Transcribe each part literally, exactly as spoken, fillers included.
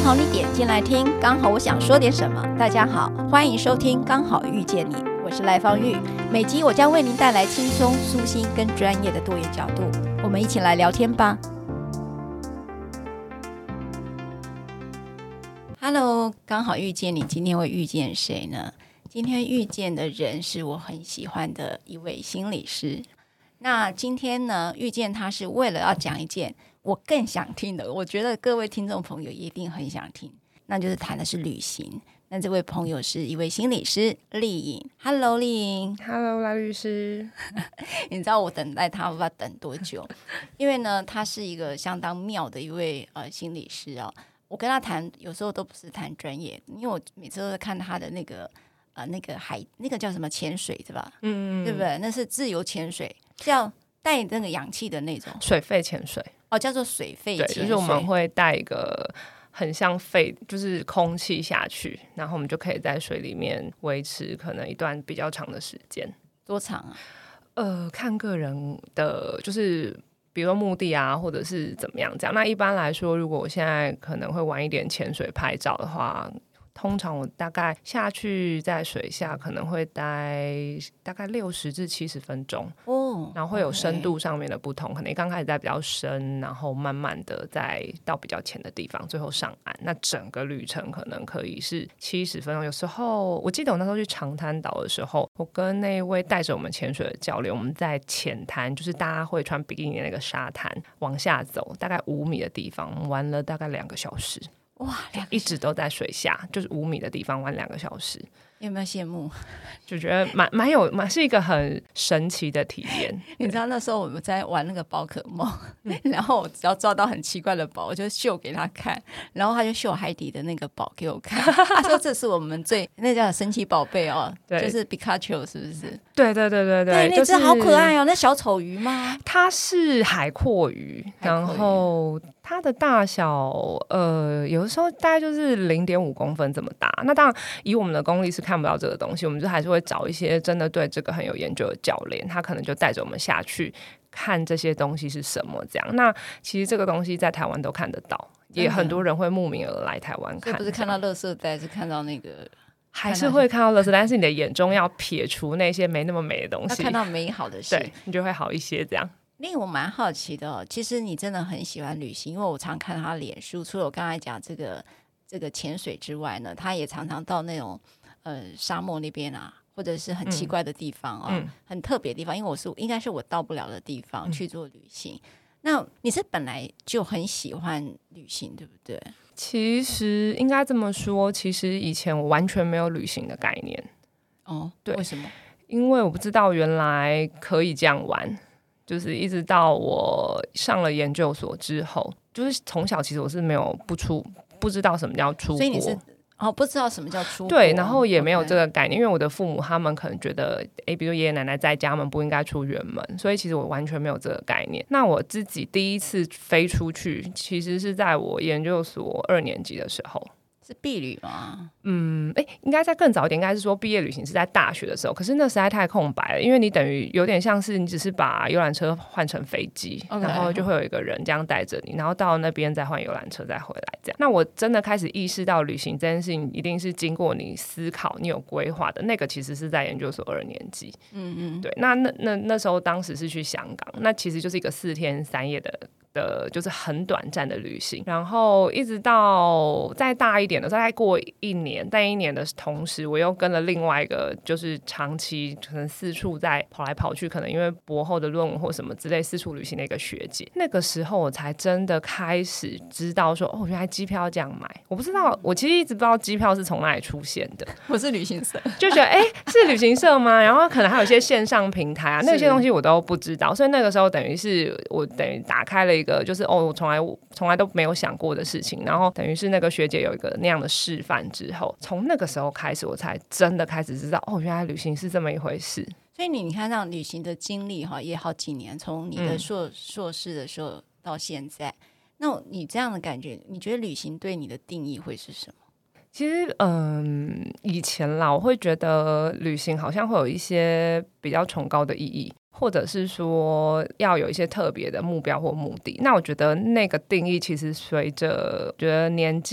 好你点进来听，刚好我想说点什么。大家好，欢迎收听刚好遇见你，我是赖芳玉。每集我将为您带来轻松、舒心跟专业的多元角度，我们一起来聊天吧。Hello， 刚好遇见你，今天会遇见谁呢？今天遇见的人是我很喜欢的一位心理师。那今天呢，遇见他是为了要讲一件我更想听的，我觉得各位听众朋友一定很想听，那就是谈的是旅行。那这位朋友是一位心理师丽颖。 Hello 丽颖。 Hello 赖律师。 你知道我等待他不知道等多久，因为呢他是一个相当妙的一位呃心理师哦。我跟他谈有时候都不是谈专业，因为我每次都在看他的那个呃那个海那个叫什么潜水是吧？嗯，对不对？那是自由潜水，叫带那个氧气的那种水肺潜水。 哦，叫做水肺潜水。 对，就是我们会带一个很像肺，就是空气下去，然后我们就可以在水里面维持可能一段比较长的时间。 多长啊？ 呃，看个人的，就是比如说目的啊，或者是怎么样这样。那一般来说，如果我现在可能会玩一点潜水拍照的话，通常我大概下去在水下可能会待大概六十至七十分钟哦，然后会有深度上面的不同，可能刚开始在比较深，然后慢慢的再到比较浅的地方，最后上岸。那整个旅程可能可以是七十分钟。有时候我记得我那时候去长滩岛的时候，我跟那位带着我们潜水的教练，我们在浅滩，就是大家会穿比基尼的那个沙滩往下走，大概五米的地方玩了大概两个小时。哇，一直都在水下，就是五米的地方玩两个小时。 有没有羡慕？ 就觉得蛮蛮有蛮是一个很神奇的体验。 你知道那时候我们在玩那个宝可梦、嗯、然后我只要抓到很奇怪的宝我就秀给他看，然后他就秀海底的那个宝给我看他说这是我们最那叫神奇宝贝哦，就是 Pikachu 是不是？对对对对对对，那只好可爱哦。那小丑鱼吗？它是海蛞鱼，然后它的大小呃有的时候大概就是零点五公分这么大。那当然以我们的功力是看不到这个东西，我们就还是会找一些真的对这个很有研究的教练，他可能就带着我们下去看这些东西是什么这样。那其实这个东西在台湾都看得到，也很多人会慕名而来台湾看。 不是看到垃圾袋，是看到那个还是会看到垃圾，但是你的眼中要撇除那些没那么美的东西， 要看到美好的事， 对，你就会好一些这样。 令我蛮好奇的哦，其实你真的很喜欢旅行，因为我常看他脸书，除了我刚才讲这个这个潜水之外呢，他也常常到那种呃沙漠那边啊，或者是很奇怪的地方哦，嗯、很特别的地方，因为我是应该是我到不了的地方去做旅行。嗯、那你是本来就很喜欢旅行，对不对？ 其实应该这么说，其实以前我完全没有旅行的概念。 哦，对，为什么？ 因为我不知道原来可以这样玩。就是一直到我上了研究所之后，就是从小其实我是没有不出不知道什么叫出国， 所以你是哦不知道什么叫出国， 对，然后也没有这个概念， okay. 因为我的父母他们可能觉得，哎，比如爷爷奶奶在家，他们不应该出远门，所以其实我完全没有这个概念。那我自己第一次飞出去，其实是在我研究所二年级的时候。 是毕旅吗？ 嗯，哎，应该在更早一点，应该是说毕业旅行是在大学的时候，可是那实在太空白了，因为你等于有点像是你只是把游览车换成飞机， okay. 然后就会有一个人这样带着你，然后到那边再换游览车再回来这样。那我真的开始意识到旅行这件事情一定是经过你思考你有规划的，那个其实是在研究所二年级。嗯嗯，对，那那那那时候当时是去香港，那其实就是一个四天三夜的的就是很短暂的旅行，然后一直到再大一点的时候，再过一年，在一年的同时，我又跟了另外一个就是长期可能四处在跑来跑去，可能因为博后的论文或什么之类四处旅行的一个学姐。那个时候我才真的开始知道说，哦，原来机票这样买。我不知道，我其实一直不知道机票是从哪里出现的。 我是旅行社， 就觉得哎，是旅行社吗？然后可能还有一些线上平台啊，那些东西我都不知道，所以那个时候等于是我等于打开了一个就是哦，我从来从来都没有想过的事情，然后等于是那个学姐有一个那样的示范之后，从那个时候开始，我才真的开始知道哦，原来旅行是这么一回事。 所以你你看，让旅行的经历哈也好几年，从你的硕、嗯、硕士的时候到现在，那你这样的感觉，你觉得旅行对你的定义会是什么？ 其实嗯，以前啦，我会觉得旅行好像会有一些比较崇高的意义，或者是说要有一些特别的目标或目的。那我觉得那个定义其实随着觉得年纪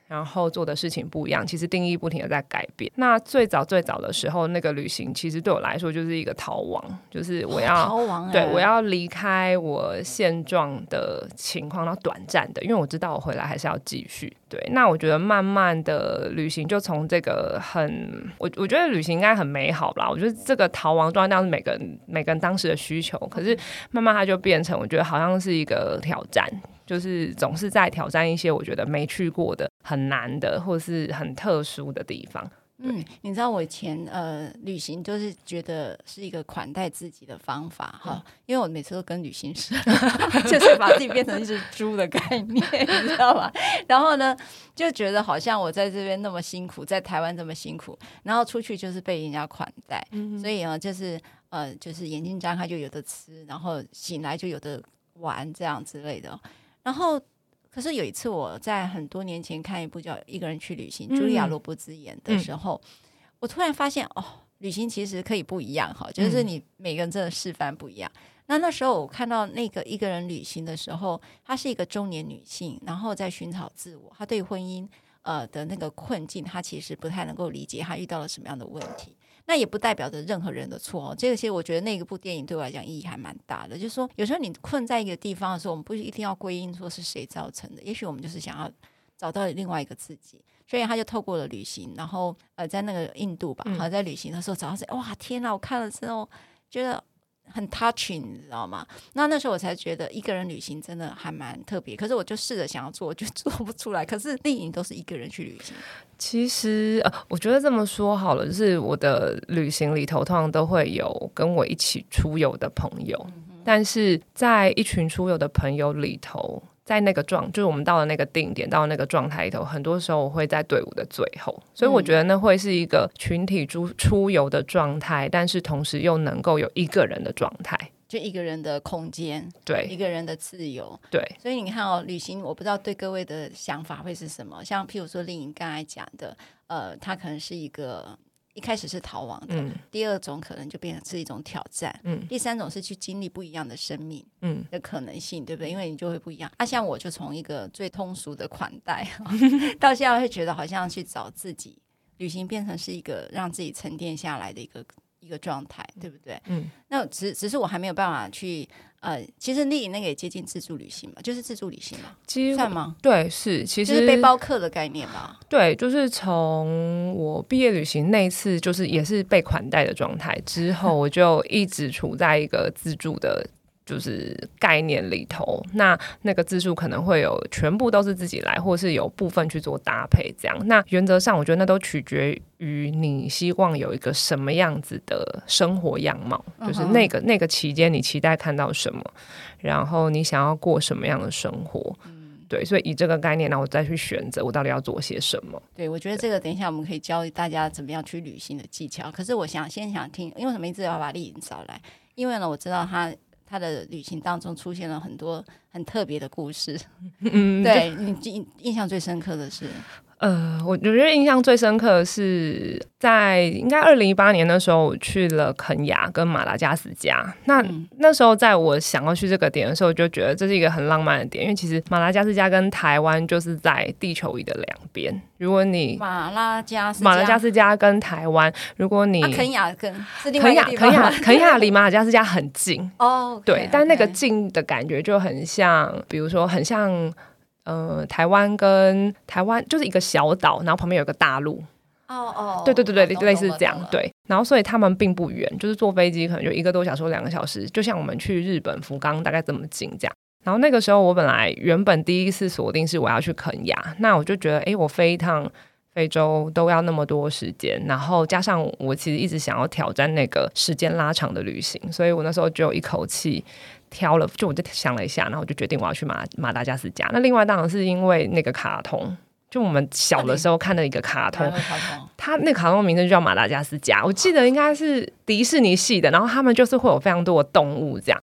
然后做的事情不一样，其实定义不停的在改变。那最早最早的时候，那个旅行其实对我来说就是一个逃亡，就是我要、 哦、逃亡、欸、 对，我要离开我现状的情况，然后短暂的，因为我知道我回来还是要继续。对，那我觉得慢慢的旅行就从这个很，我我觉得旅行应该很美好啦。我觉得这个逃亡状态是每个人每个人当时的需求，可是慢慢它就变成，我觉得好像是一个挑战。就是总是在挑战一些我觉得没去过的很难的或是很特殊的地方。 嗯，你知道我以前呃旅行就是觉得是一个款待自己的方法哈、嗯，因为我每次都跟旅行社就是把自己变成一只猪的概念，你知道吗？然后呢就觉得好像我在这边那么辛苦，在台湾这么辛苦，然后出去就是被人家款待，嗯、所以呢就是呃就是眼睛张开就有的吃，然后醒来就有的玩这样之类的。然后可是有一次我在很多年前看一部叫《一个人去旅行》，茱莉亚·罗伯兹演的时候、嗯、我突然发现哦，旅行其实可以不一样哈，就是你每个人真的示范不一样、嗯、那那时候我看到那个一个人旅行的时候，她是一个中年女性，然后在寻找自我，她对婚姻呃的那个困境她其实不太能够理解她遇到了什么样的问题，那也不代表着任何人的错哦。这个其实我觉得那个部电影对我来讲意义还蛮大的，就是说有时候你困在一个地方的时候，我们不一定要归因说是谁造成的，也许我们就是想要找到另外一个自己。所以他就透过了旅行，然后呃在那个印度吧，嗯、在旅行的时候找到谁，哇天哪！我看了之后觉得很 touching， 你知道吗？那那时候我才觉得一个人旅行真的还蛮特别。可是我就试着想要做，我就做不出来。可是丽颖都是一个人去旅行。 其实呃，我觉得这么说好了，就是我的旅行里头通常都会有跟我一起出游的朋友，嗯、但是在一群出游的朋友里头，在那个状，就是我们到了那个定点，到了那个状态里头，很多时候我会在队伍的最后，所以我觉得那会是一个群体出出游的状态，但是同时又能够有一个人的状态。 就一个人的空间， 对， 一个人的自由， 对。 所以你看哦，旅行我不知道对各位的想法会是什么。像譬如说丽颖刚才讲的，呃，它可能是一个一开始是逃亡的、嗯、第二种可能就变成是一种挑战、嗯、第三种是去经历不一样的生命的可能性、嗯、对不对？因为你就会不一样啊。像我就从一个最通俗的款待到现在会觉得好像去找自己，旅行变成是一个让自己沉淀下来的一个一个状态，对不对？嗯，那只只是我还没有办法去呃，其实丽颖那个也接近自助旅行嘛，就是自助旅行嘛，算吗？ 对，是，其实就是背包客的概念吧。 对，就是从我毕业旅行那一次，就是也是被款待的状态之后，我就一直处在一个自助的。就是概念里头，那那个自助可能会有全部都是自己来，或是有部分去做搭配这样。那原则上我觉得那都取决于你希望有一个什么样子的生活样貌，就是那个那个期间你期待看到什么，然后你想要过什么样的生活。对，所以以这个概念呢，我再去选择我到底要做些什么。 对，我觉得这个等一下我们可以教大家怎么样去旅行的技巧。可是我想先想听，因为什么一直要把丽颖找来？因为呢，我知道她他的旅行当中出现了很多很特别的故事。嗯，对，你印象最深刻的是？ 呃，我觉得印象最深刻的是在应该二零一八年的时候，我去了肯亚跟马达加斯加。那、嗯、那时候在我想要去这个点的时候，就觉得这是一个很浪漫的点，因为其实马达加斯加跟台湾就是在地球仪的两边。如果你马拉加斯加马达加斯加跟台湾，如果你、 啊、肯亚跟是另外一个地方，肯亚肯亚离马达加斯加很近哦， okay, 对，但那个近的感觉就很像，比如说很像。呃，台湾跟台湾就是一个小岛，然后旁边有个大陆。 哦哦， 对对对对，类似这样。对，然后所以他们并不远，就是坐飞机可能就一个多小时、两个小时，就像我们去日本福冈大概这么近这样。然后那个时候我本来原本第一次锁定是我要去肯亚，那我就觉得，哎，我飞一趟非洲都要那么多时间，然后加上我其实一直想要挑战那个时间拉长的旅行，所以我那时候就一口气。挑了，就我就想了一下，然后我就决定我要去马马达加斯加。那另外当然是因为那个卡通，就我们小的时候看的一个卡通，它那个卡通名字就叫马达加斯加，我记得应该是迪士尼系的，然后他们就是会有非常多的动物这样。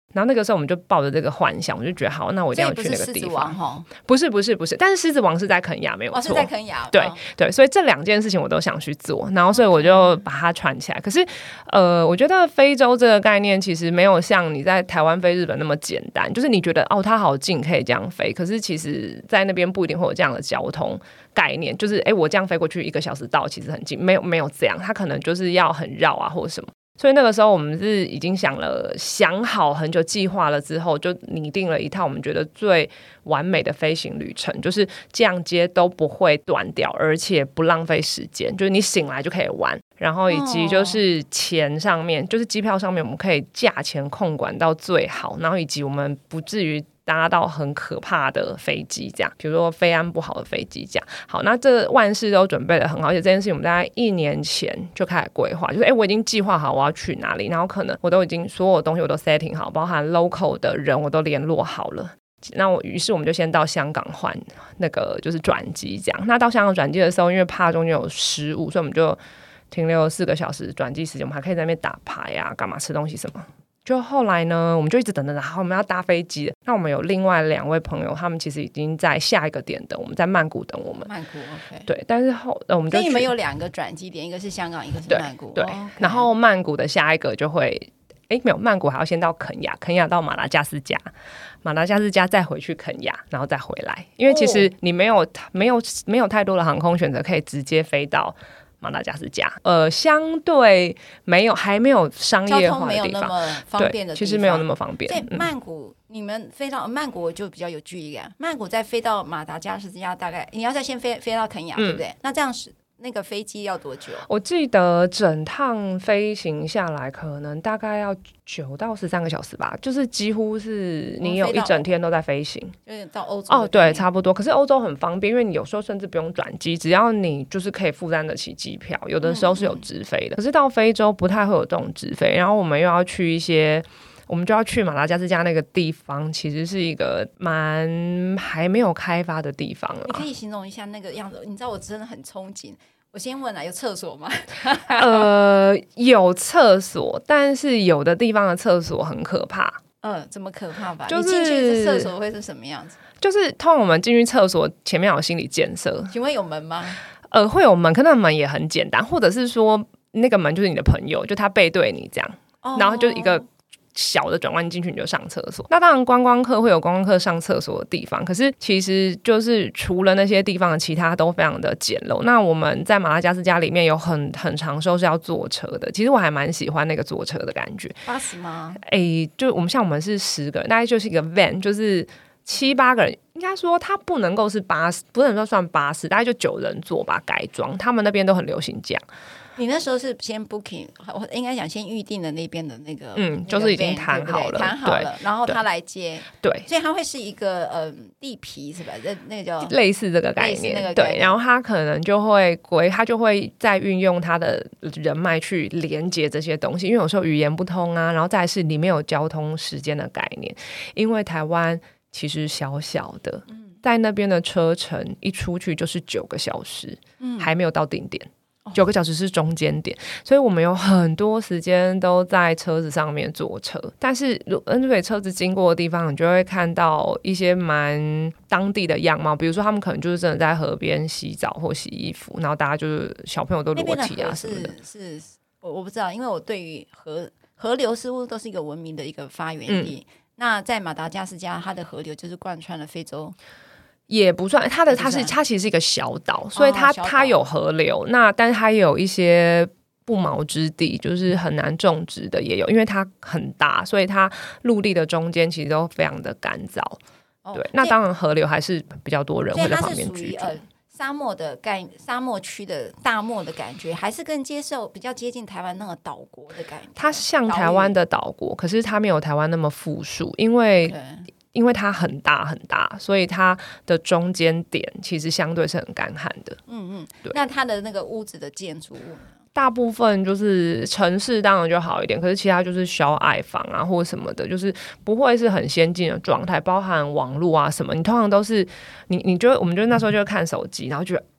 然后那个时候我们就抱着这个幻想，我就觉得好，那我一定要去那个地方。不是不是不是，但是狮子王是在肯亚没有错， 哦，是在肯亚， 对、 哦、 对，所以这两件事情我都想去做，然后所以我就把它串起来。可是呃，我觉得非洲这个概念其实没有像你在台湾飞日本那么简单，就是你觉得哦它好近可以这样飞，可是其实在那边不一定会有这样的交通概念，就是哎我这样飞过去一个小时到，其实很近，没有没有这样，它可能就是要很绕啊或者什么。所以那个时候我们是已经想了想好很久计划了之后，就拟定了一套我们觉得最完美的飞行旅程，就是降阶都不会断掉，而且不浪费时间，就是你醒来就可以玩，然后以及就是钱上面、哦、就是机票上面我们可以价钱控管到最好，然后以及我们不至于搭到很可怕的飞机，这样比如说飞安不好的飞机这样。好，那这万事都准备得很好，而且这件事情我们大概一年前就开始规划，就是哎我已经计划好我要去哪里，然后可能我都已经所有东西我都 setting 好，包含 local 的人我都联络好了。那我于是我们就先到香港换那个就是转机这样。那到香港转机的时候，因为怕中间有失误，所以我们就停留四个小时转机时间，我们还可以在那边打牌啊干嘛吃东西什么。就后来呢我们就一直等等等，好我们要搭飞机了。那我们有另外两位朋友，他们其实已经在下一个点等我们，在曼谷等我们。 曼谷 OK 对，但是后、呃、我们就所以你们有两个转机点，一个是香港一个是曼谷。 对, 对、oh, okay. 然后曼谷的下一个就会哎没有，曼谷还要先到肯亚，肯亚到马达加斯加，马达加斯加再回去肯亚，然后再回来。因为其实你没有没有没有太多的航空选择可以直接飞到马达加斯加，呃，相对没有还没有商业化的地方， 交通没有那么方便的地方， 其实没有那么方便。 所以曼谷、嗯、你们飞到曼谷就比较有距离感，曼谷再飞到马达加斯加大概你要再先飞飞到肯亚、嗯、对不对？那这样是那个飞机要多久？ 我记得整趟飞行下来可能大概要九到十三个小时吧，就是几乎是你有一整天都在飞行。 就是到欧洲哦，对，差不多。可是欧洲很方便，因为你有时候甚至不用转机，只要你就是可以负担得起机票，有的时候是有直飞的。嗯嗯，可是到非洲不太会有这种直飞，然后我们又要去一些。我们就要去马达加斯加那个地方，其实是一个蛮还没有开发的地方了。 你可以形容一下那个样子？你知道我真的很憧憬。我先问啊，有厕所吗？ 呃，有厕所，但是有的地方的厕所很可怕。 嗯、呃，怎么可怕吧？ 就是、 你进去厕所会是什么样子？ 就是通常我们进去厕所前面有心理建设。 请问有门吗？ 呃，会有门，可那门也很简单，或者是说那个门就是你的朋友，就他背对你这样，哦、然后就一个。小的转弯进去你就上厕所。那当然观光客会有观光客上厕所的地方，可是其实就是除了那些地方的其他都非常的简陋。那我们在马达加斯加里面有很很长时候是要坐车的，其实我还蛮喜欢那个坐车的感觉。 巴士吗？ 哎，就我们像我们是十个人，大概就是一个 van， 就是七八个人，应该说它不能够是巴士，不能说算巴士，大概就九人座吧，改装。他们那边都很流行这样。 你那时候是先 booking， 我应该讲先预定的那边的那个， 嗯，就是已经谈好了， 谈好了，然后他来接， 对， 所以他会是一个呃地皮是吧？那那个叫类似这个概念，那个概念对，然后他可能就会归，他就会再运用他的人脉去连接这些东西，因为有时候语言不通啊，然后再来是里面有交通时间的概念，因为台湾其实小小的，嗯、在那边的车程一出去就是九个小时，嗯，还没有到定点。九个小时是中间点，所以我们有很多时间都在车子上面坐车。但是因为车子经过的地方，你就会看到一些蛮当地的样貌，比如说他们可能就是真的在河边洗澡或洗衣服，然后大家就是小朋友都裸体啊什么的。 是是我我不知道，因为我对于河河流似乎都是一个文明的一个发源地。嗯、那在马达加斯加，它的河流就是贯穿了非洲。 也不算，它的它是它其实是一个小岛，所以它、哦、它有河流，那但是它也有一些不毛之地，就是很难种植的也有，因为它很大，所以它陆地的中间其实都非常的干燥。哦、对，那当然河流还是比较多人会在旁边居住。 沙漠的概沙漠区的大漠的感觉，还是更接受比较接近台湾那个岛国的感觉。 它像台湾的岛国，可是它没有台湾那么富庶，因为。Okay.因为它很大很大，所以它的中间点其实相对是很干旱的。 嗯嗯，对。那它的那个屋子的建筑物呢？ 大部分就是城市当然就好一点，可是其他就是小矮房啊或者什么的，就是不会是很先进的状态，包含网络啊什么，你通常都是你你就我们就那时候就看手机，然后觉得哦。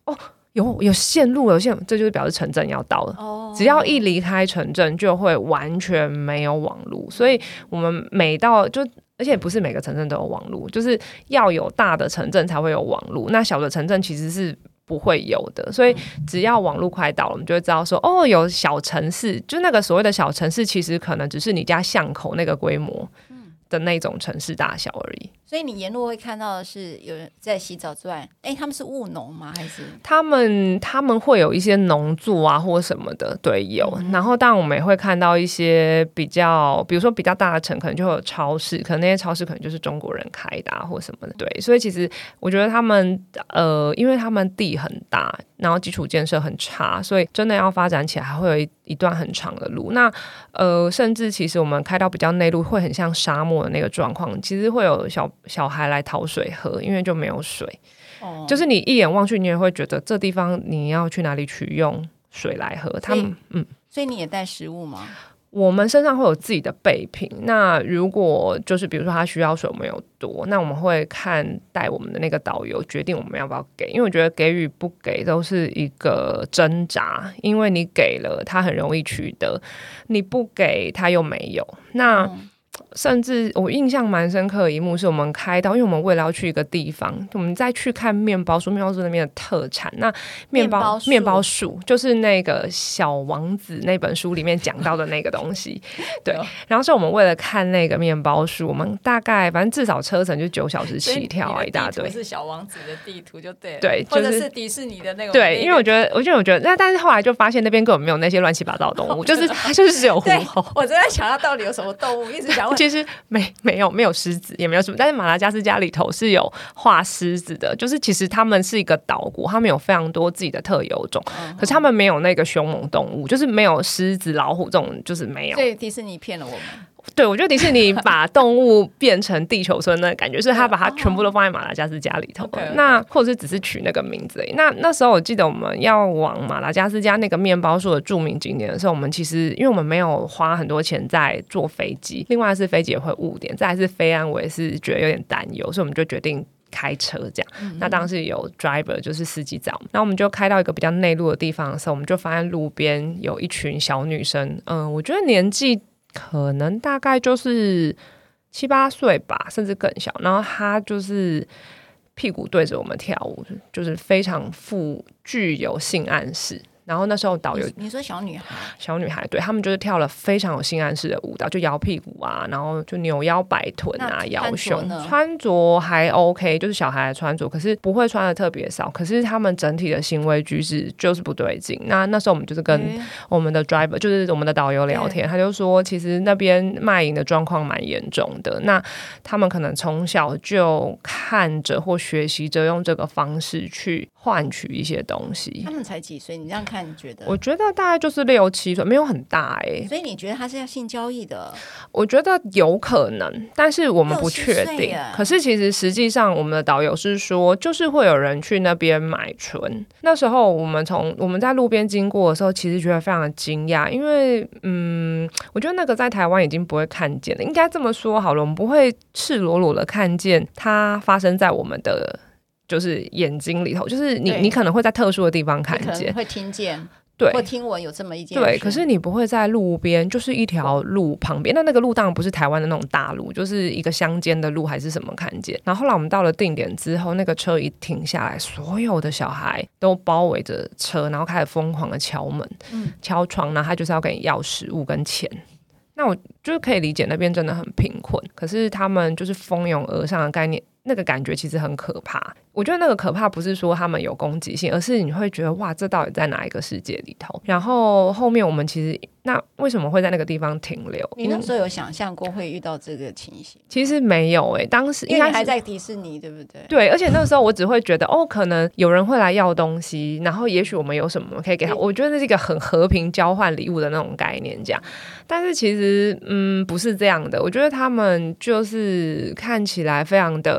有有线路了，有线，这就是表示城镇要到了。 哦， 只要一离开城镇，就会完全没有网路。所以我们每到就，而且不是每个城镇都有网路，就是要有大的城镇才会有网路。那小的城镇其实是不会有的，所以只要网路快到了，我们就会知道说，哦，有小城市，就那个所谓的小城市，其实可能只是你家巷口那个规模的那种城市大小而已。 所以你沿路会看到的是有人在洗澡之外，哎，他们是务农吗？还是他们他们会有一些农作啊或什么的，对，有。嗯、然后当然我们也会看到一些比较，比如说比较大的城，可能就会有超市，可能那些超市可能就是中国人开的啊或什么的，对。所以其实我觉得他们呃，因为他们地很大，然后基础建设很差，所以真的要发展起来还会有一一段很长的路。那呃，甚至其实我们开到比较内陆，会很像沙漠的那个状况，其实会有小。小孩来讨水喝，因为就没有水、哦、就是你一眼望去你也会觉得这地方你要去哪里取用水来喝。他们嗯， 所以你也带食物吗？ 我们身上会有自己的备品，那如果就是比如说他需要水我们有多，那我们会看带我们的那个导游决定我们要不要给，因为我觉得给予不给都是一个挣扎，因为你给了他很容易取得，你不给他又没有。那、嗯甚至我印象蛮深刻的一幕是我们开到，因为我们为了要去一个地方，我们再去看面包树，面包树那边的特产。那面包面包树就是那个小王子那本书里面讲到的那个东西，对。然后是我们为了看那个面包树，我们大概反正至少车程就九小时起跳啊，一大堆。 是小王子的地图就对了， 对， 或者是迪士尼的那种。 对，因为我觉得，我觉得，我觉得，那但是后来就发现那边根本没有那些乱七八糟的动物，就是它就是只有狐猴。 我正在想它到底有什么动物，一直想问。 其实没没有没有狮子，也没有什么，但是马达加斯加里头是有画狮子的，就是其实他们是一个岛国，他们有非常多自己的特有种，嗯、可是他们没有那个凶猛动物，就是没有狮子、老虎这种，就是没有。 所以迪士尼骗了我们。 对，我觉得迪士尼把动物变成地球村的感觉，是他把它全部都放在马达加斯加里头， okay, okay. 那或者是只是取那个名字而已。那那时候我记得我们要往马达加斯加那个面包树的著名景点的时候，我们其实因为我们没有花很多钱在坐飞机，另外是飞机也会误点，再来是飞安我也是觉得有点担忧，所以我们就决定开车这样。嗯、那当时有 driver 就是司机找，那我们就开到一个比较内陆的地方的时候，我们就发现路边有一群小女生，嗯，我觉得年纪可能大概就是七八岁吧，甚至更小。然后她就是屁股对着我们跳舞，就是非常富具有性暗示。然后那时候导游， 你说小女孩， 小女孩，对，他们就是跳了非常有性暗示的舞蹈，就摇屁股啊，然后就扭腰摆臀啊，摇胸，穿着还 OK， 就是小孩的穿着，可是不会穿的特别少，可是他们整体的行为举止就是不对劲。那那时候我们就是跟我们的 driver， 就是我们的导游聊天，他就说其实那边卖淫的状况蛮严重的，那他们可能从小就看着或学习着用这个方式去换取一些东西。 他们才几岁？你这样看你觉得？ 我觉得大概就是六七岁，没有很大哎、欸。 所以你觉得他是要性交易的？ 我觉得有可能，但是我们不确定。可是其实实际上，我们的导游是说，就是会有人去那边买春。那时候我们从我们在路边经过的时候，其实觉得非常的惊讶，因为嗯，我觉得那个在台湾已经不会看见了。应该这么说好了，我们不会赤裸裸的看见它发生在我们的。就是眼睛里头，就是你你可能会在特殊的地方看见， 可能会听见， 对， 或听闻有这么一件事， 对，可是你不会在路边，就是一条路旁边，那那个路当然不是台湾的那种大路，就是一个乡间的路还是什么看见。然后后来我们到了定点之后，那个车一停下来，所有的小孩都包围着车，然后开始疯狂的敲门、嗯、敲窗，然后他就是要跟你要食物跟钱。那我就是可以理解那边真的很贫困，可是他们就是蜂拥而上的概念，那个感觉其实很可怕。我觉得那个可怕不是说他们有攻击性，而是你会觉得哇，这到底在哪一个世界里头？然后后面我们其实那为什么会在那个地方停留？ 你那时候有想象过会遇到这个情形？ 其实没有诶、欸，当时因为你还在迪士尼，对不对？ 对，而且那时候我只会觉得哦，可能有人会来要东西，然后也许我们有什么可以给他。我觉得这是一个很和平交换礼物的那种概念，这样。但是其实嗯，不是这样的。我觉得他们就是看起来非常的。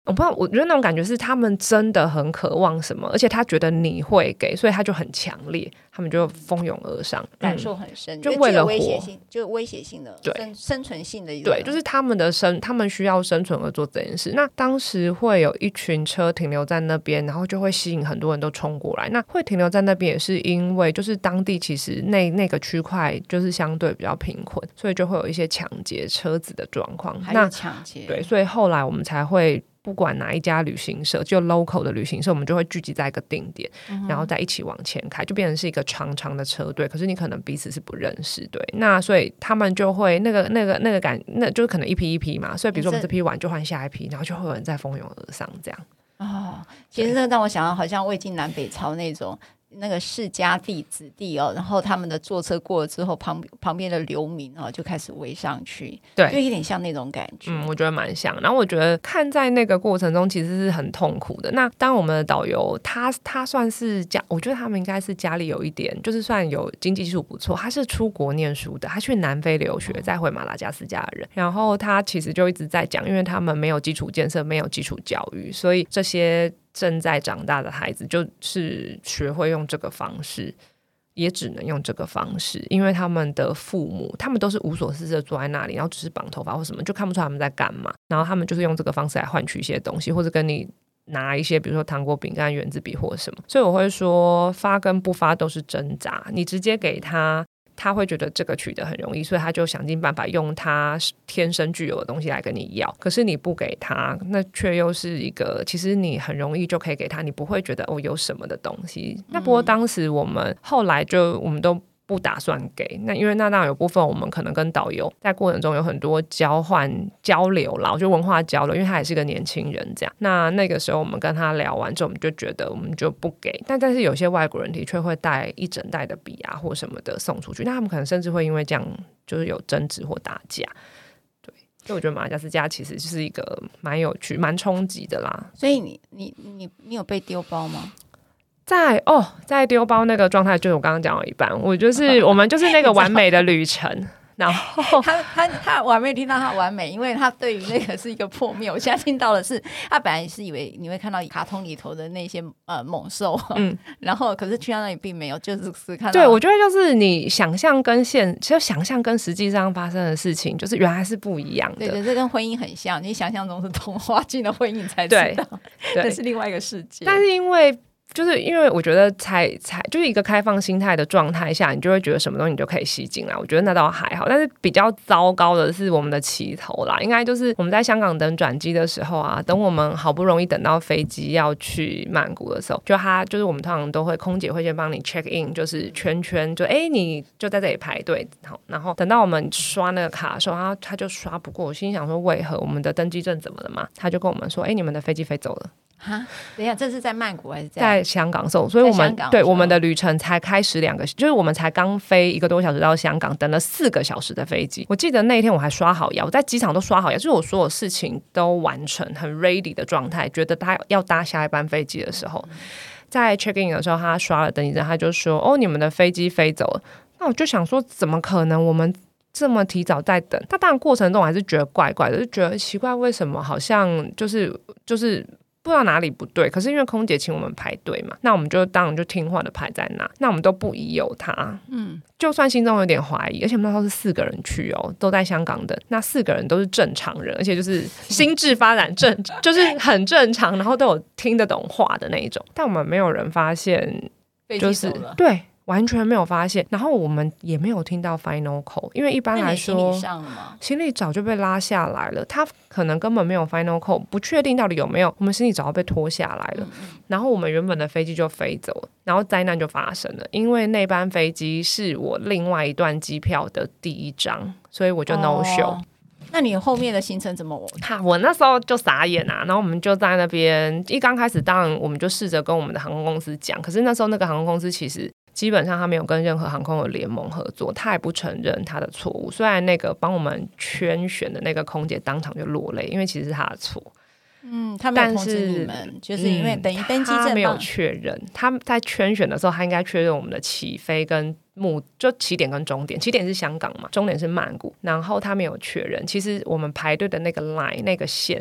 我不知道，我觉得那种感觉是他们真的很渴望什么，而且他觉得你会给，所以他就很强烈，他们就蜂拥而上， 感受很深， 嗯、就为了活， 威胁性，就威胁性的，生生存性的一种， 对，就是他们的生，他们需要生存而做这件事。那当时会有一群车停留在那边，然后就会吸引很多人都冲过来。那会停留在那边也是因为，就是当地其实那那个区块就是相对比较贫困，所以就会有一些抢劫车子的状况。 还有抢劫， 对，所以后来我们才会。不管哪一家旅行社，就 local 的旅行社，我们就会聚集在一个定点，嗯、然后再一起往前开，就变成是一个长长的车队。可是你可能彼此是不认识，对，那所以他们就会那个那个那个感，那就是可能一批一批嘛。所以比如说我们这批完就换下一批，然后就会有人再蜂拥而上这样。 哦，其实这让我想到好像魏晋南北朝那种。那个世家弟子弟哦，然后他们的坐车过了之后，旁旁边的流民哦就开始围上去， 对， 就有点像那种感觉。 嗯，我觉得蛮像。然后我觉得看在那个过程中其实是很痛苦的。那当我们的导游他他算是家，我觉得他们应该是家里有一点，就是算有经济基础不错。他是出国念书的，他去南非留学，再回马达加斯加的人。然后他其实就一直在讲，因为他们没有基础建设，没有基础教育，所以这些。正在长大的孩子就是学会用这个方式，也只能用这个方式，因为他们的父母他们都是无所事事的坐在那里，然后只是绑头发或什么，就看不出他们在干嘛，然后他们就是用这个方式来换取一些东西，或者跟你拿一些比如说糖果饼干原子笔或什么。所以我会说发跟不发都是挣扎，你直接给他他会觉得这个取得很容易，所以他就想尽办法用他天生具有的东西来跟你要。可是你不给他，那却又是一个其实你很容易就可以给他，你不会觉得哦有什么的东西。那不过当时我们后来就我们都不打算给，那因为那当然有部分我们可能跟导游在过程中有很多交换交流啦，我觉得文化交流，因为他也是个年轻人这样。那那个时候我们跟他聊完之后，我们就觉得我们就不给，但但是有些外国人的确会带一整袋的笔啊或什么的送出去，那他们可能甚至会因为这样就是有争执或打架。对，所以我觉得马达加斯加其实就是一个蛮有趣蛮冲击的啦。 所以你你你你有被丢包吗？ 在哦，在丢包那个状态，就是我刚刚讲了一半，我就是我们就是那个完美的旅程。然后他他他我还没听到他完美，因为他对于那个是一个破灭。我现在听到的是，他本来是以为你会看到卡通里头的那些呃猛兽，嗯，然后可是去到那里并没有，就是是看到。 对，我觉得就是你想象跟现，其实想象跟实际上发生的事情，就是原来是不一样的。 对对，这跟婚姻很像，你想象中是童话，进了婚姻才知道，那是另外一个世界。 但是因为。就是因为我觉得才才就是一个开放心态的状态下，你就会觉得什么东西你就可以吸进来，我觉得那倒还好。但是比较糟糕的是我们的起头啦，应该就是我们在香港等转机的时候啊，等我们好不容易等到飞机要去曼谷的时候，就他就是我们通常都会空姐会先帮你 check in， 就是圈圈，就哎你就在这里排队，然后等到我们刷那个卡的时候，他他就刷不过，我心想说为何我们的登机证怎么了嘛？他就跟我们说，哎你们的飞机飞走了。 哈，等一下，这是在曼谷还是在在香港？所以我们对我们的旅程才开始两个，就是我们才刚飞一个多小时到香港，等了四个小时的飞机。我记得那一天我还刷好牙，我在机场都刷好牙，就是我所有事情都完成，很 ready 的状态。觉得他要搭下一班飞机的时候，在 check in 的时候，他刷了登机证，他就说：“哦，你们的飞机飞走了。”那我就想说，怎么可能？我们这么提早在等？他当然过程中我还是觉得怪怪的，就觉得奇怪，为什么好像就是就是。不知道哪里不对，可是因为空姐请我们排队嘛，那我们就当然就听话的排在那，那我们都不疑有他，嗯，就算心中有点怀疑，而且我们那时候是四个人去哦，都在香港的，那四个人都是正常人，而且就是心智发展正，就是很正常，然后都有听得懂话的那一种，但我们没有人发现，就是对。完全没有发现，然后我们也没有听到 final call， 因为一般来说， 行李上了吗？ 行李早就被拉下来了，他可能根本没有 final call， 不确定到底有没有，我们行李早就被拖下来了，嗯嗯，然后我们原本的飞机就飞走了，然后灾难就发生了，因为那班飞机是我另外一段机票的第一张，所以我就 no show。哦， 那你后面的行程怎么我？ 哈，我那时候就傻眼啊，然后我们就在那边一刚开始，当然我们就试着跟我们的航空公司讲，可是那时候那个航空公司其实基本上他没有跟任何航空的联盟合作，他也不承认他的错误。虽然那个帮我们圈选的那个空姐当场就落泪，因为其实是他的错。 嗯，他没有通知你们，就是因为等于登机证， 嗯，他没有确认。他在圈选的时候，他应该确认我们的起飞跟目，就起点跟终点，起点是香港嘛，终点是曼谷，然后他没有确认。其实我们排队的那个 line 那个线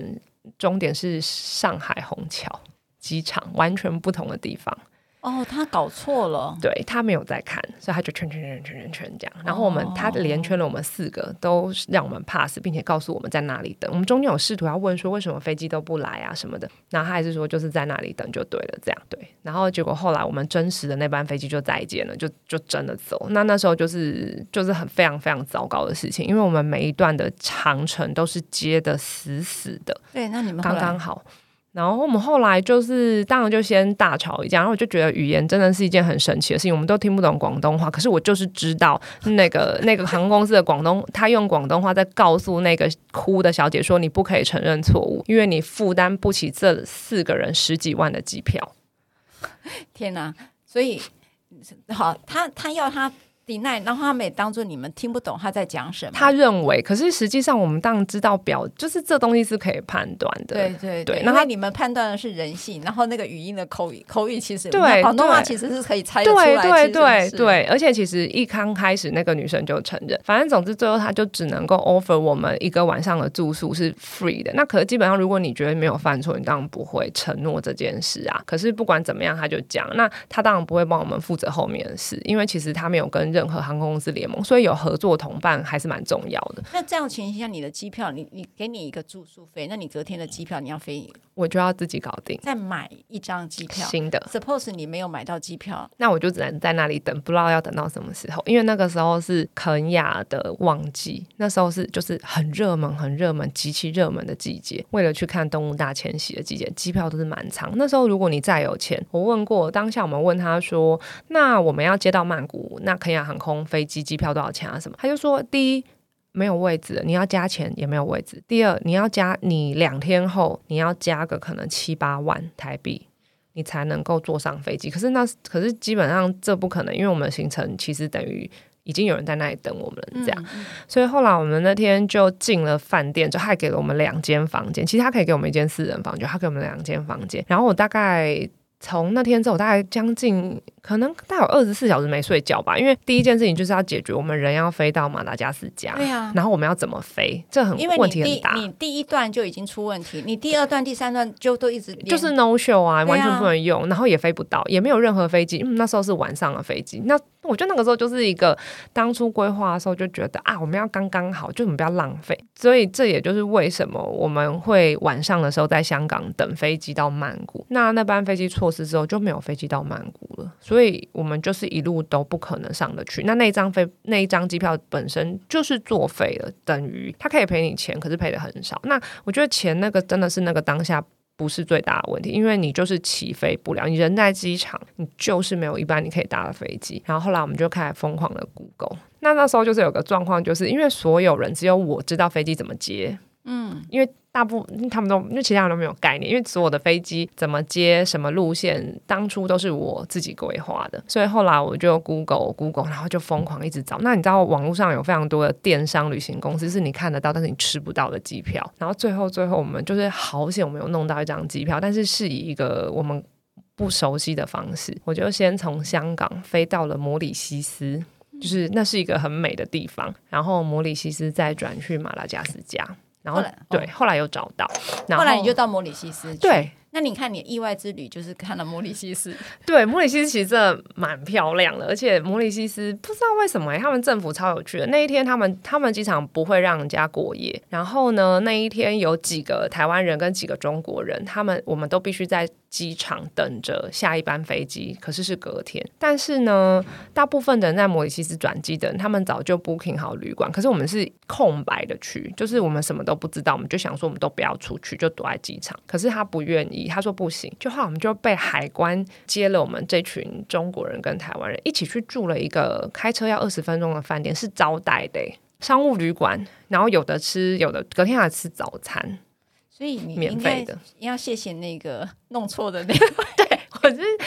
终点是上海虹桥机场，完全不同的地方。 哦，他搞错了， 对，他没有在看，所以他就圈圈圈圈圈圈这样。然后我们、哦、他连圈了我们四个，都让我们 pass， 并且告诉我们在哪里等。我们中间有试图要问说为什么飞机都不来啊什么的，然后他还是说就是在那里等就对了这样。对，然后结果后来我们真实的那班飞机就再见了，就就真的走。那那时候就是就是很非常非常糟糕的事情，因为我们每一段的长程都是接的死死的。 对，那你们刚刚好。然后我们后来就是当然就先大吵一架，然后我就觉得语言真的是一件很神奇的事情，我们都听不懂广东话，可是我就是知道那个那个航空公司的广东，他用广东话在告诉那个哭的小姐说你不可以承认错误，因为你负担不起这四个人十几万的机票。 天哪！所以好，他他要他deny， 然后他们也当作你们听不懂他在讲什么。他认为，可是实际上我们当然知道表，就是这东西是可以判断的。 对对 对, 对，因为你们判断的是人性，然后那个语音的口语口语其实对广东话其实是可以猜得出来。 对对对对，而且其实一刚开始那个女生就承认，反正总之最后她就只能够 offer 我们一个晚上的住宿是 free 的。那可是基本上如果你觉得没有犯错，你当然不会承诺这件事啊。可是不管怎么样，他就讲，那他当然不会帮我们负责后面的事，因为其实他没有跟任何航空公司联盟，所以有合作同伴还是蛮重要的。 那这样情形下，你的机票，你你给你一个住宿费，那你隔天的机票你要飞， 我就要自己搞定， 再买一张机票新的。 Suppose 你没有买到机票， 那我就只能在那里等，不知道要等到什么时候。因为那个时候是肯亚的旺季，那时候是就是很热门、很热门、极其热门的季节。为了去看动物大迁徙的季节，机票都是满仓。那时候如果你再有钱，我问过当下我们问他说，那我们要接到曼谷，那肯亚航空飞机机票多少钱啊什么？他就说，第一没有位置，你要加钱也没有位置。第二，你要加，你两天后你要加个可能七八万台币，你才能够坐上飞机。可是那可是基本上这不可能，因为我们的行程其实等于已经有人在那里等我们了，这样、嗯嗯、所以后来我们那天就进了饭店，就还给了我们两间房间。其实他可以给我们一间私人房间，他给我们两间房间。然后我大概从那天之后，大概将近可能大概有二十四小时没睡觉吧，因为第一件事情就是要解决我们人要飞到马达加斯加，对啊，然后我们要怎么飞，这很问题很大。 因为你第一段就已经出问题，你第二段、第三段就都一直就是 no show 啊，完全不能用，然后也飞不到，也没有任何飞机。嗯，那时候是晚上的飞机，那我觉得那个时候就是一个当初规划的时候就觉得啊，我们要刚刚好，就我们不要浪费。所以这也就是为什么我们会晚上的时候在香港等飞机到曼谷。那那班飞机错失之后就没有飞机到曼谷了，所以我们就是一路都不可能上得去。那那一张飞那一张机票本身就是作废了，等于他可以赔你钱，可是赔的很少。那我觉得钱那个真的是那个当下不是最大的问题，因为你就是起飞不了，你人在机场，你就是没有一班你可以搭的飞机。然后后来我们就开始疯狂的 Google。那那时候就是有个状况，就是因为所有人只有我知道飞机怎么接，嗯，因为大部分他们都因为其他人都没有概念，因为所有的飞机怎么接什么路线当初都是我自己规划的。所以后来我就 Google Google 然后就疯狂一直找。那你知道网络上有非常多的电商旅行公司是你看得到但是你吃不到的机票，然后最后最后我们就是好险我们有弄到一张机票，但是是以一个我们不熟悉的方式。我就先从香港飞到了摩里西斯，就是那是一个很美的地方，然后摩里西斯再转去马达加斯加，然后后来对、哦、后来又找到，然后后来你就到摩里西斯去。 对， 那你看你意外之旅就是看了摩里西斯。 对，摩里西斯其实真的蛮漂亮的，而且摩里西斯不知道为什么、欸、他们政府超有趣的。那一天他们他们机场不会让人家过夜，然后呢那一天有几个台湾人跟几个中国人，他们我们都必须在机场等着下一班飞机，可是是隔天。但是呢大部分的人在摩里西斯转机的人他们早就 booking 好旅馆，可是我们是空白的去，就是我们什么都不知道，我们就想说我们都不要出去，就躲在机场。可是他不愿意，他说不行，就后来我们就被海关接了我们这群中国人跟台湾人一起去住了一个开车要二十分钟的饭店，是招待的商务旅馆，然后有的吃，有的隔天还吃早餐， 所以你免费的。 要谢谢那个弄错的那个对，我是就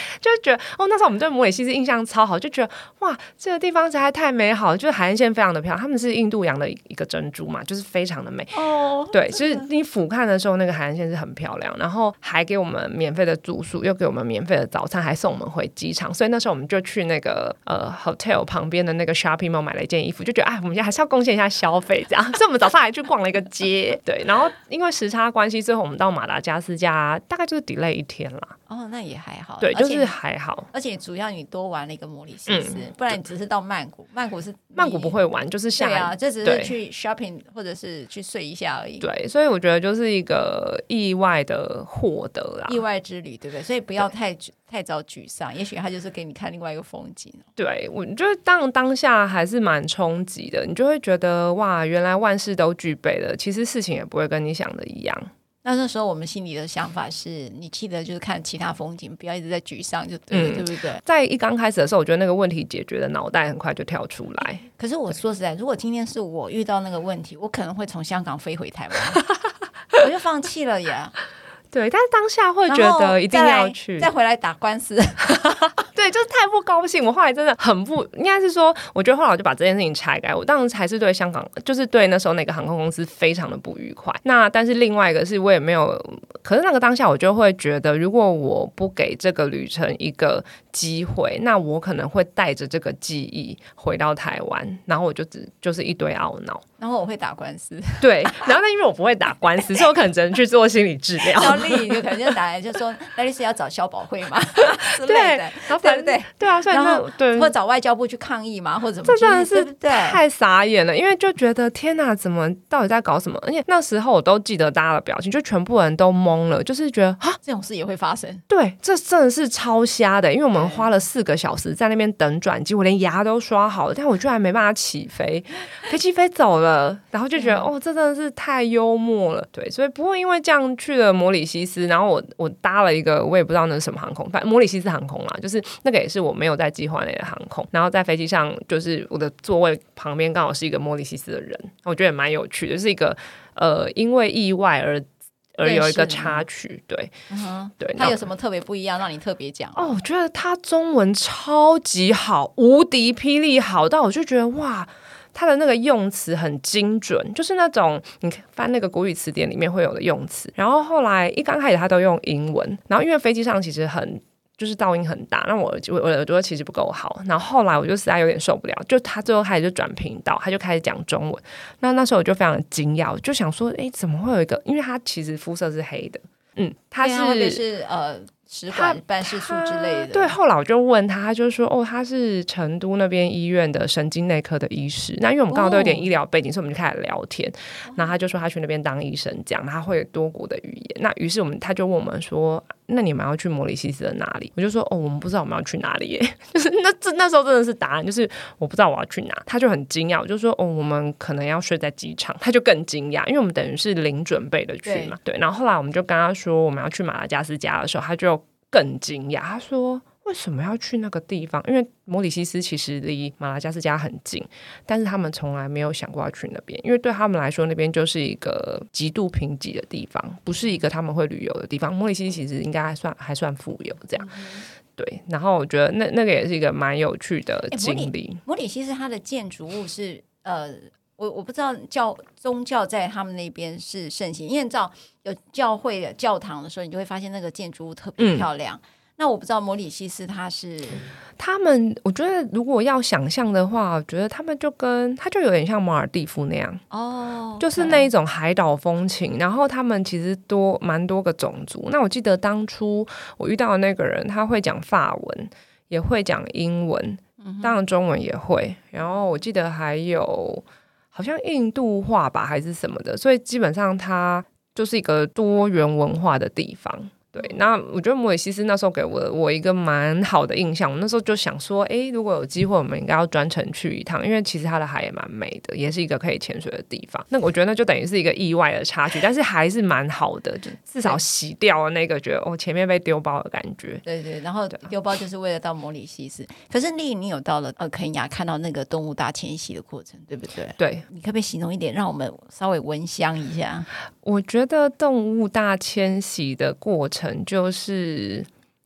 觉得哦，那时候我们对摩里西斯印象超好，就觉得哇，这个地方实在太美好了，就是海岸线非常的漂亮，他们是印度洋的一个珍珠嘛，就是非常的美哦。对，就是你俯瞰的时候，那个海岸线是很漂亮，然后还给我们免费的住宿，又给我们免费的早餐，还送我们回机场，所以那时候我们就去那个呃 hotel 旁边的那个 shopping mall 买了一件衣服，就觉得哎，我们现在还是要贡献一下消费，这样，所以我们早上还去逛了一个街，对，然后因为时差关系，最后我们到马达加斯加大概就是 delay 一天啦。 哦，那也还好， 对，就是还好， 而且主要你多玩了一个摩里西斯，嗯、不然你只是到曼谷，曼谷是曼谷不会玩，就是下对啊，这只是去 shopping 或者是去睡一下而已。 对，所以我觉得就是一个意外的获得啦， 意外之旅，对不对？所以不要太太早沮丧，也许他就是给你看另外一个风景。 对，我觉得当当下还是蛮冲击的，你就会觉得哇，原来万事都具备了，其实事情也不会跟你想的一样。 那那时候我们心里的想法是，你记得就是看其他风景，不要一直在沮丧就对了、嗯、对不对？ 在一刚开始的时候，我觉得那个问题解决的脑袋很快就跳出来。 可是我说实在，如果今天是我遇到那个问题，我可能会从香港飞回台湾我就放弃了耶。 对，但是当下会觉得一定要去， 再, 再回来打官司对，就是太不高兴。我后来真的很不，应该是说我觉得后来我就把这件事情拆开，我当然还是对香港，就是对那时候那个航空公司非常的不愉快。那但是另外一个是我也没有，可是那个当下我就会觉得，如果我不给这个旅程一个机会，那我可能会带着这个记忆回到台湾，然后我就只就是一堆懊恼， 然后我会打官司。 对，然后但因为我不会打官司所以我可能只能去做心理治疗。 然后丽就可能就打来就说赖律师要找消保会嘛之类的，然后对不对？ 对啊，所以那对， 或找外交部去抗议嘛，或者怎么， 这真的是太傻眼了。因为就觉得天哪，怎么到底在搞什么？而且那时候我都记得大家的表情，就全部人都懵了，就是觉得啊， 这种事也会发生。 对，这真的是超瞎的，因为我们花了四个小时在那边等转机，我连牙都刷好了，但我居然没办法起飞，飞机飞走了，然后就觉得、嗯、哦，这真的是太幽默了。对，所以不过因为这样去了摩里西斯，然后我我搭了一个我也不知道那是什么航空，反正摩里西斯航空啦，就是那个也是我没有在计划内的航空。然后在飞机上，就是我的座位旁边刚好是一个摩里西斯的人，我觉得也蛮有趣的，就是一个呃因为意外而而有一个插曲。对、 嗯、对，他有什么特别不一样让你特别讲？ 哦，我觉得他中文超级好，无敌霹雳好到我就觉得哇，他的那个用词很精准，就是那种你翻那个国语词典里面会有的用词。然后后来一刚开始他都用英文，然后因为飞机上其实很就是噪音很大，那我我我耳朵其实不够好，然后后来我就实在有点受不了，就他最后开始就转频道，他就开始讲中文。那那时候我就非常的惊讶，我就想说哎，怎么会有一个，因为他其实肤色是黑的，嗯，他是是呃使馆办事处之类的。 对，后来我就问他，他就说哦，他是成都那边医院的神经内科的医师。那因为我们刚好都有点医疗背景、哦、所以我们就开始聊天。然后他就说他去那边当医生，讲他会多国的语言。那于是我们他就问我们说，那你们要去摩里西斯的哪里？我就说哦，我们不知道我们要去哪里耶。就是那那时候真的是答案，就是我不知道我要去哪。他就很惊讶，我就说哦，我们可能要睡在机场。他就更惊讶，因为我们等于是零准备的去嘛。对，对，然后后来我们就跟他说我们要去马达加斯加的时候，他就更惊讶，他说为什么要去那个地方？因为摩里西斯其实离马达加斯加很近，但是他们从来没有想过要去那边，因为对他们来说那边就是一个极度贫瘠的地方，不是一个他们会旅游的地方。摩里西斯其实应该还算还算富有这样、嗯、对。然后我觉得那那个也是一个蛮有趣的经历、欸、 摩里西斯它的建筑物是呃我我不知道教宗教在他们那边是盛行，因为你知道有教会的教堂的时候，你就会发现那个建筑物特别漂亮、嗯、那我不知道摩里西斯它是他们，我觉得如果要想象的话，我觉得他们就跟他就有点像马尔地夫那样哦，就是那一种海岛风情。然后他们其实多蛮多个种族。那我记得当初我遇到的那个人，他会讲法文，也会讲英文，当然中文也会。然后我记得还有好像印度话吧还是什么的，所以基本上它就是一个多元文化的地方。对，那我觉得摩里西斯那时候给我我一个蛮好的印象。我那时候就想说诶，如果有机会我们应该要专程去一趟，因为其实它的海也蛮美的，也是一个可以潜水的地方。那我觉得那就等于是一个意外的插曲，但是还是蛮好的，就至少洗掉了那个觉得哦前面被丢包的感觉。 对对，然后丢包就是为了到摩里西斯。可是丽你有到了呃肯亚看到那个动物大迁徙的过程，对不对？ 对， 你可不可以形容一点让我们稍微闻香一下？ 我觉得动物大迁徙的过程就是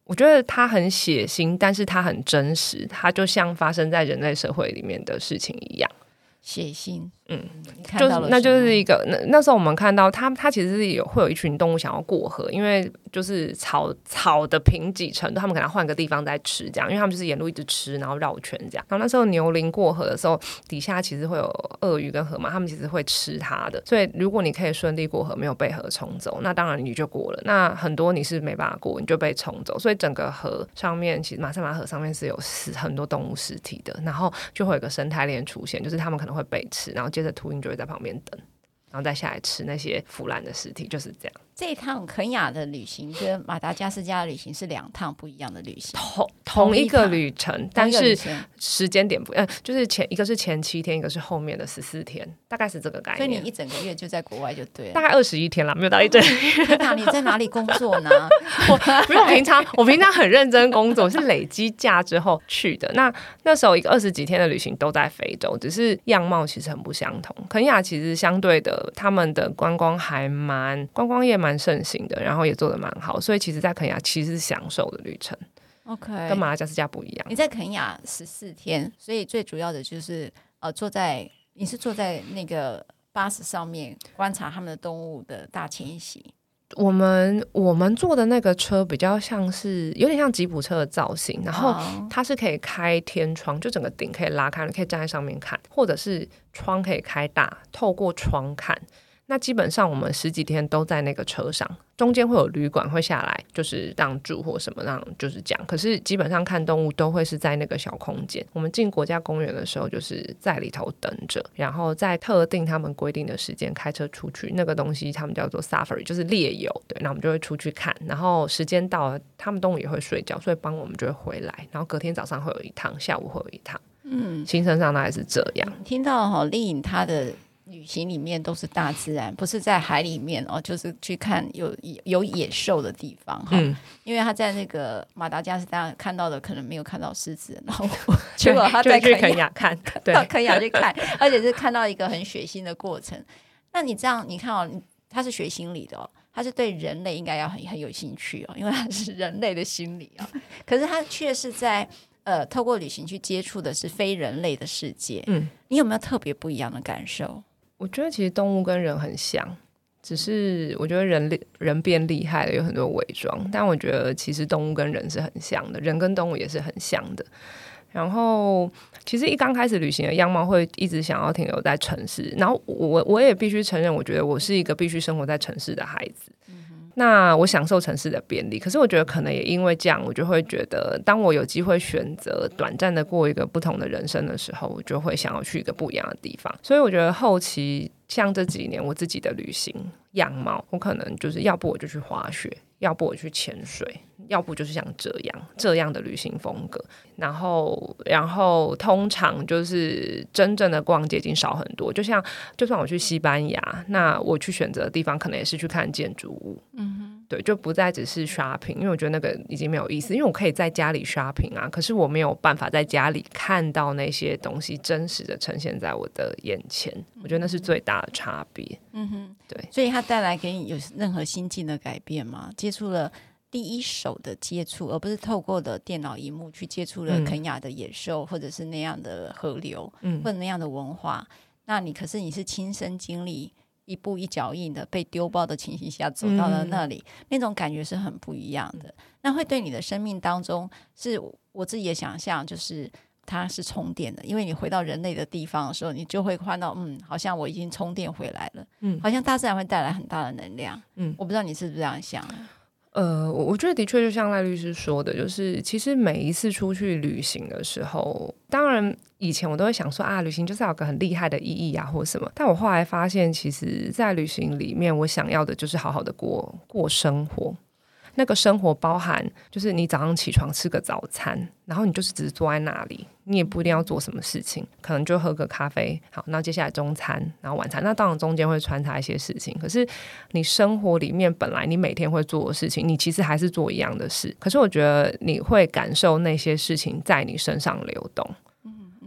我觉得它很血腥，但是它很真实，它就像发生在人类社会里面的事情一样。 血腥， 嗯， 你看到了就那就是一个那那时候我们看到它，它其实是有会有一群动物想要过河，因为就是草草的贫瘠程度，他们可能换个地方再吃这样，因为他们就是沿路一直吃，然后绕圈这样。然后那时候牛羚过河的时候，底下其实会有鳄鱼跟河马，他们其实会吃它的，所以如果你可以顺利过河，没有被河冲走，那当然你就过了。那很多你是没办法过，你就被冲走，所以整个河上面其实马赛马河上面是有很多动物尸体的，然后就会有一个生态链出现，就是他们可能会被吃，然后接着秃鹰就会在旁边等，然后再下来吃那些腐烂的尸体，就是这样。 这一趟肯亚的旅行跟马达加斯加的旅行是两趟不一样的旅行， 同同一个旅程，但是时间点不一样，就是前一个是前七天，一个是后面的十四天，大概是这个概念。 所以你一整个月就在国外就对了， 大概二十一天啦，没有到一整个月。 那你在哪里工作呢？ 我没有平常，我平常很认真工作，是累积假之后去的。那那时候一个二十几天的旅行都在非洲，只是样貌其实很不相同。肯亚其实相对的，他们的观光还蛮观光业蛮盛行的，然后也做得蛮好，所以其实在肯亚其实是享受的旅程。 OK， 跟马达加斯加不一样。 你在肯亚十四天，所以最主要的就是呃，坐在你是坐在那个巴士上面观察他们的动物的大迁徙。 我们我们坐的那个车比较像是有点像吉普车的造型，然后它是可以开天窗，就整个顶可以拉开，你可以站在上面看，或者是窗可以开大，透过窗看。那基本上我们十几天都在那个车上，中间会有旅馆会下来，就是让住或什么让就是这样。可是基本上看动物都会是在那个小空间。我们进国家公园的时候，就是在里头等着，然后在特定他们规定的时间开车出去。那个东西他们叫做 safari， 就是猎游。对，那我们就会出去看，然后时间到了，他们动物也会睡觉，所以帮我们就会回来，然后隔天早上会有一趟，下午会有一趟。嗯，行程上大概是这样。 听到哈丽颖她的旅行里面都是大自然，不是在海里面哦，就是去看有有野兽的地方哈、嗯。因为他在那个马达加斯加看到的可能没有看到狮子，然后结果他在肯亚看， 到肯亚去看，而且是看到一个很血腥的过程。那你这样你看哦，他是学心理的哦，他是对人类应该要很很有兴趣哦，因为他是人类的心理哦。可是他却是在呃透过旅行去接触的是非人类的世界。嗯，你有没有特别不一样的感受？ 我觉得其实动物跟人很像，只是我觉得人人变厉害了，有很多伪装，但我觉得其实动物跟人是很像的，人跟动物也是很像的。然后其实一刚开始旅行的样貌会一直想要停留在城市，然后我我也必须承认，我觉得我是一个必须生活在城市的孩子。那我享受城市的便利，可是我觉得可能也因为这样，我就会觉得当我有机会选择短暂的过一个不同的人生的时候，我就会想要去一个不一样的地方。所以我觉得后期像这几年我自己的旅行样貌，我可能就是要不我就去滑雪，要不我去潜水，要不就是像这样这样的旅行风格。然后然后通常就是真正的逛街已经少很多，就像就算我去西班牙，那我去选择的地方可能也是去看建筑物。嗯哼，对，就不再只是 shopping， 因为我觉得那个已经没有意思，因为我可以在家里 shopping 啊，可是我没有办法在家里看到那些东西真实的呈现在我的眼前，我觉得那是最大的差别。嗯哼，对， 所以它带来给你有任何心境的改变吗？接触了第一手的接触，而不是透过的电脑荧幕去接触了肯亚的野兽、嗯、或者是那样的河流、嗯、或者那样的文化。那你可是你是亲身经历一步一脚印的被丢包的情形下走到了那里、嗯、那种感觉是很不一样的。那会对你的生命当中，是我自己的想象，就是它是充电的，因为你回到人类的地方的时候，你就会看到嗯，好像我已经充电回来了，嗯，好像大自然会带来很大的能量。嗯，我不知道你是不是这样想。 呃，我觉得的确就像赖律师说的，就是其实每一次出去旅行的时候，当然以前我都会想说啊，旅行就是要有个很厉害的意义啊或什么，但我后来发现其实在旅行里面我想要的就是好好的过过生活。那个生活包含就是你早上起床吃个早餐，然后你就是只是坐在那里，你也不一定要做什么事情，可能就喝个咖啡，好，那接下来中餐，然后晚餐，那当然中间会穿插一些事情，可是你生活里面本来你每天会做的事情，你其实还是做一样的事，可是我觉得你会感受那些事情在你身上流动。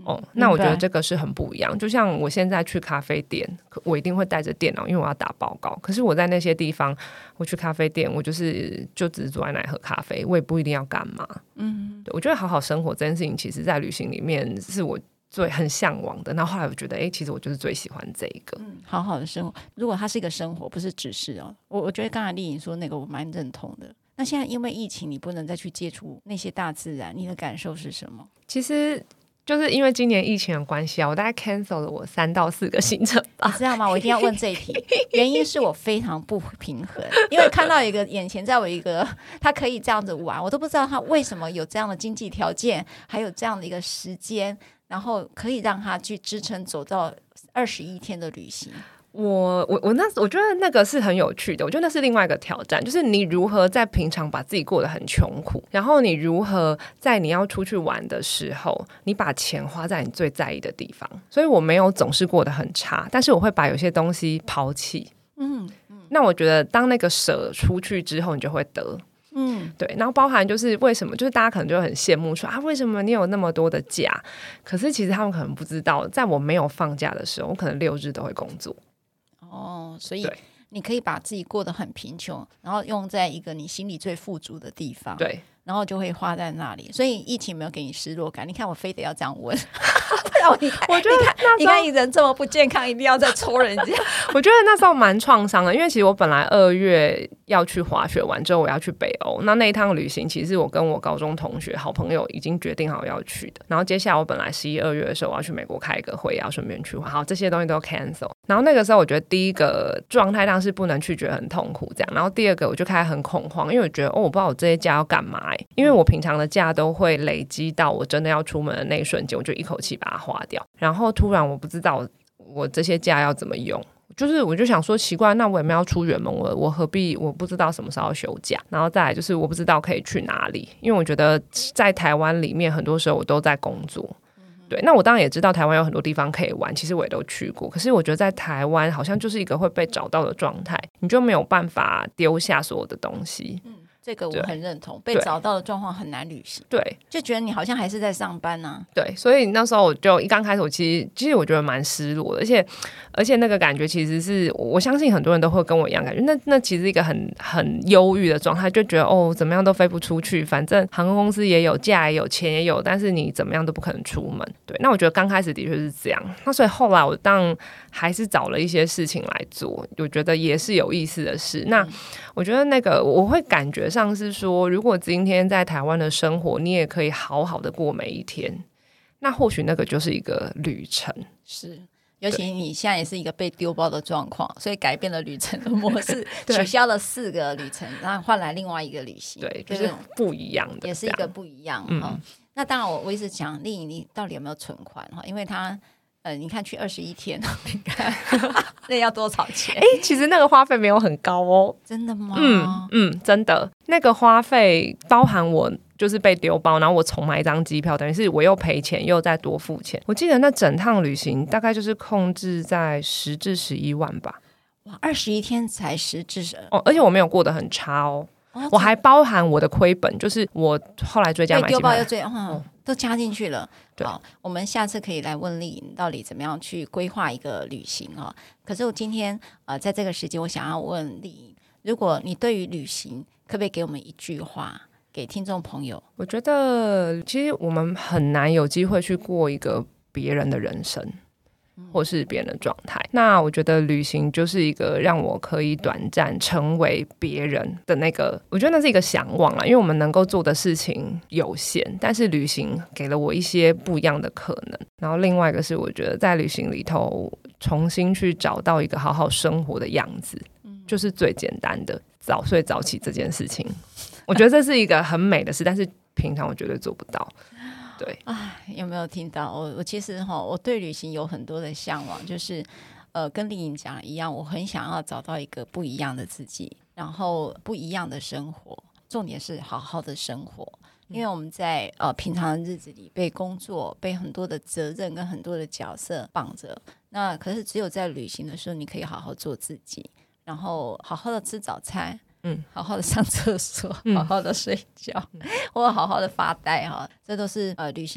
哦，那我觉得这个是很不一样。就像我现在去咖啡店，我一定会带着电脑，因为我要打报告。可是我在那些地方，我去咖啡店，我就是就只是坐在那里喝咖啡，我也不一定要干嘛。嗯，对，我觉得好好生活这件事情，其实在旅行里面是我最很向往的。然后后来我觉得，哎，其实我就是最喜欢这一个、 嗯、好好的生活。如果它是一个生活，不是只是哦，我我觉得刚才丽颖说那个我蛮认同的。那现在因为疫情，你不能再去接触那些大自然，你的感受是什么？ 其实就是因为今年疫情的关系啊，我大概 cancel 了我三到四个行程吧。 你知道吗？我一定要问这一题，原因是我非常不平衡，因为看到一个眼前在我一个他可以这样子玩，我都不知道他为什么有这样的经济条件，还有这样的一个时间，然后可以让他去支撑走到二十一天的旅行。 我我我那我觉得那个是很有趣的，我觉得那是另外一个挑战，就是你如何在平常把自己过得很穷苦，然后你如何在你要出去玩的时候，你把钱花在你最在意的地方。所以我没有总是过得很差，但是我会把有些东西抛弃。嗯嗯，那我觉得当那个舍出去之后，你就会得。嗯，对，然后包含就是为什么，就是大家可能就很羡慕说啊，为什么你有那么多的假？可是其实他们可能不知道，在我没有放假的时候，我可能六日都会工作。 哦，所以你可以把自己过得很贫穷，然后用在一个你心里最富足的地方， 对， 然后就会花在那里。所以疫情没有给你失落感？你看我非得要这样问，不然你看，我觉得你看，你看你人这么不健康，一定要再抽人家。 我觉得那时候蛮创伤的，因为其实我本来二月要去滑雪，完之后我要去北欧，那那一趟旅行其实我跟我高中同学好朋友已经决定好要去的。然后接下来我本来十一二月的时候我要去美国开一个会，要顺便去滑，好，这些东西都 cancel。然后那个时候我觉得第一个状态当然是不能去，觉得很痛苦这样。然后第二个我就开始很恐慌，因为我觉得哦，我不知道我这些假要干嘛、欸、因为我平常的假都会累积到我真的要出门的那一瞬间，我就一口气把它花掉。然后突然我不知道我这些假要怎么用，就是我就想说奇怪，那我也没有要出远门，我我何必，我不知道什么时候要休假。然后再来就是我不知道可以去哪里，因为我觉得在台湾里面很多时候我都在工作。对，那我当然也知道台湾有很多地方可以玩，其实我也都去过，可是我觉得在台湾好像就是一个会被找到的状态，你就没有办法丢下所有的东西。嗯， 这个我很认同，被找到的状况很难旅行。 对， 就觉得你好像还是在上班啊。 对，所以那时候我就一刚开始我其实其实我觉得蛮失落的，而且而且那个感觉其实是我相信很多人都会跟我一样感觉，那那其实一个很很忧郁的状态，就觉得哦怎么样都飞不出去，反正航空公司也有，假也有，钱也有，但是你怎么样都不可能出门。对，那我觉得刚开始的确是这样，那所以后来我当然还是找了一些事情来做，我觉得也是有意思的事。那我觉得那个我会感觉上是说，如果今天在台湾的生活你也可以好好的过每一天，那或许那个就是一个旅程。 是，尤其你现在也是一个被丢包的状况，所以改变了旅程的模式取消了四个旅程，然后换来另外一个旅行。 对，就是不一样的， 也是一个不一样、嗯、那当然我我一直讲丽颖你到底有没有存款，因为他呃，你看去二十一天，你看那要多少钱？ 哎、欸，其实那个花费没有很高哦。 真的吗？ 嗯嗯，真的，那个花费包含我就是被丢包，然后我重买一张机票，等于是我又赔钱又再多付钱。我记得那整趟旅行大概就是控制在十至十一万吧。 哇，二十一天才十至十哦，而且我没有过得很差哦。哦，我还包含我的亏本，就是我后来追加买机票， 丢包又追，嗯，哦、都加进去了。好，我们下次可以来问丽颖到底怎么样去规划一个旅行哦。可是我今天呃，在这个时间，我想要问丽颖，如果你对于旅行，可不可以给我们一句话给听众朋友？ 我觉得其实我们很难有机会去过一个别人的人生。或是别人的状态，那我觉得旅行就是一个让我可以短暂成为别人的那个，我觉得那是一个向往啦，因为我们能够做的事情有限，但是旅行给了我一些不一样的可能。然后另外一个是我觉得在旅行里头重新去找到一个好好生活的样子，就是最简单的早睡早起这件事情，我觉得这是一个很美的事，但是平常我绝对做不到。对， 哎，有没有听到？我我其实哈，我对旅行有很多的向往，就是呃，跟丽颖讲一样，我很想要找到一个不一样的自己，然后不一样的生活。重点是好好的生活，因为我们在呃平常的日子里被工作、被很多的责任跟很多的角色绑着，那可是只有在旅行的时候，你可以好好做自己，然后好好的吃早餐。嗯，好好的上厕所，好好的睡觉，嗯、或者好好的发呆哈，这都是呃旅行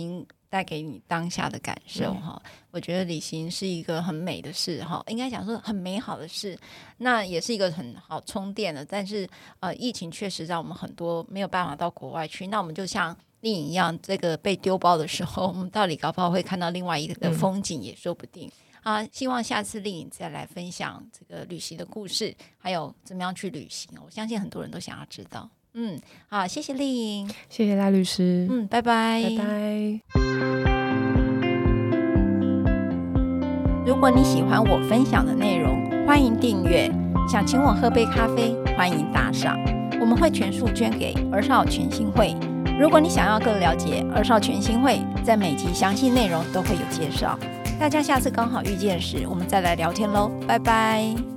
带给你当下的感受哈、嗯。我觉得旅行是一个很美的事哈，应该讲说很美好的事，那也是一个很好充电的。但是呃，疫情确实让我们很多没有办法到国外去，那我们就像丽颖一样，这个被丢包的时候，我们到底搞不好会看到另外一个风景也说不定。嗯啊，希望下次丽颖再来分享这个旅行的故事，还有怎么样去旅行。我相信很多人都想要知道。嗯，好，谢谢丽颖， 谢谢赖律师。 嗯，拜拜， 拜拜。 如果你喜欢我分享的内容，欢迎订阅。想请我喝杯咖啡，欢迎打赏，我们会全数捐给儿少全心会。如果你想要更了解儿少全心会，在每集详细内容都会有介绍。大家下次刚好遇见时，我们再来聊天咯，拜拜。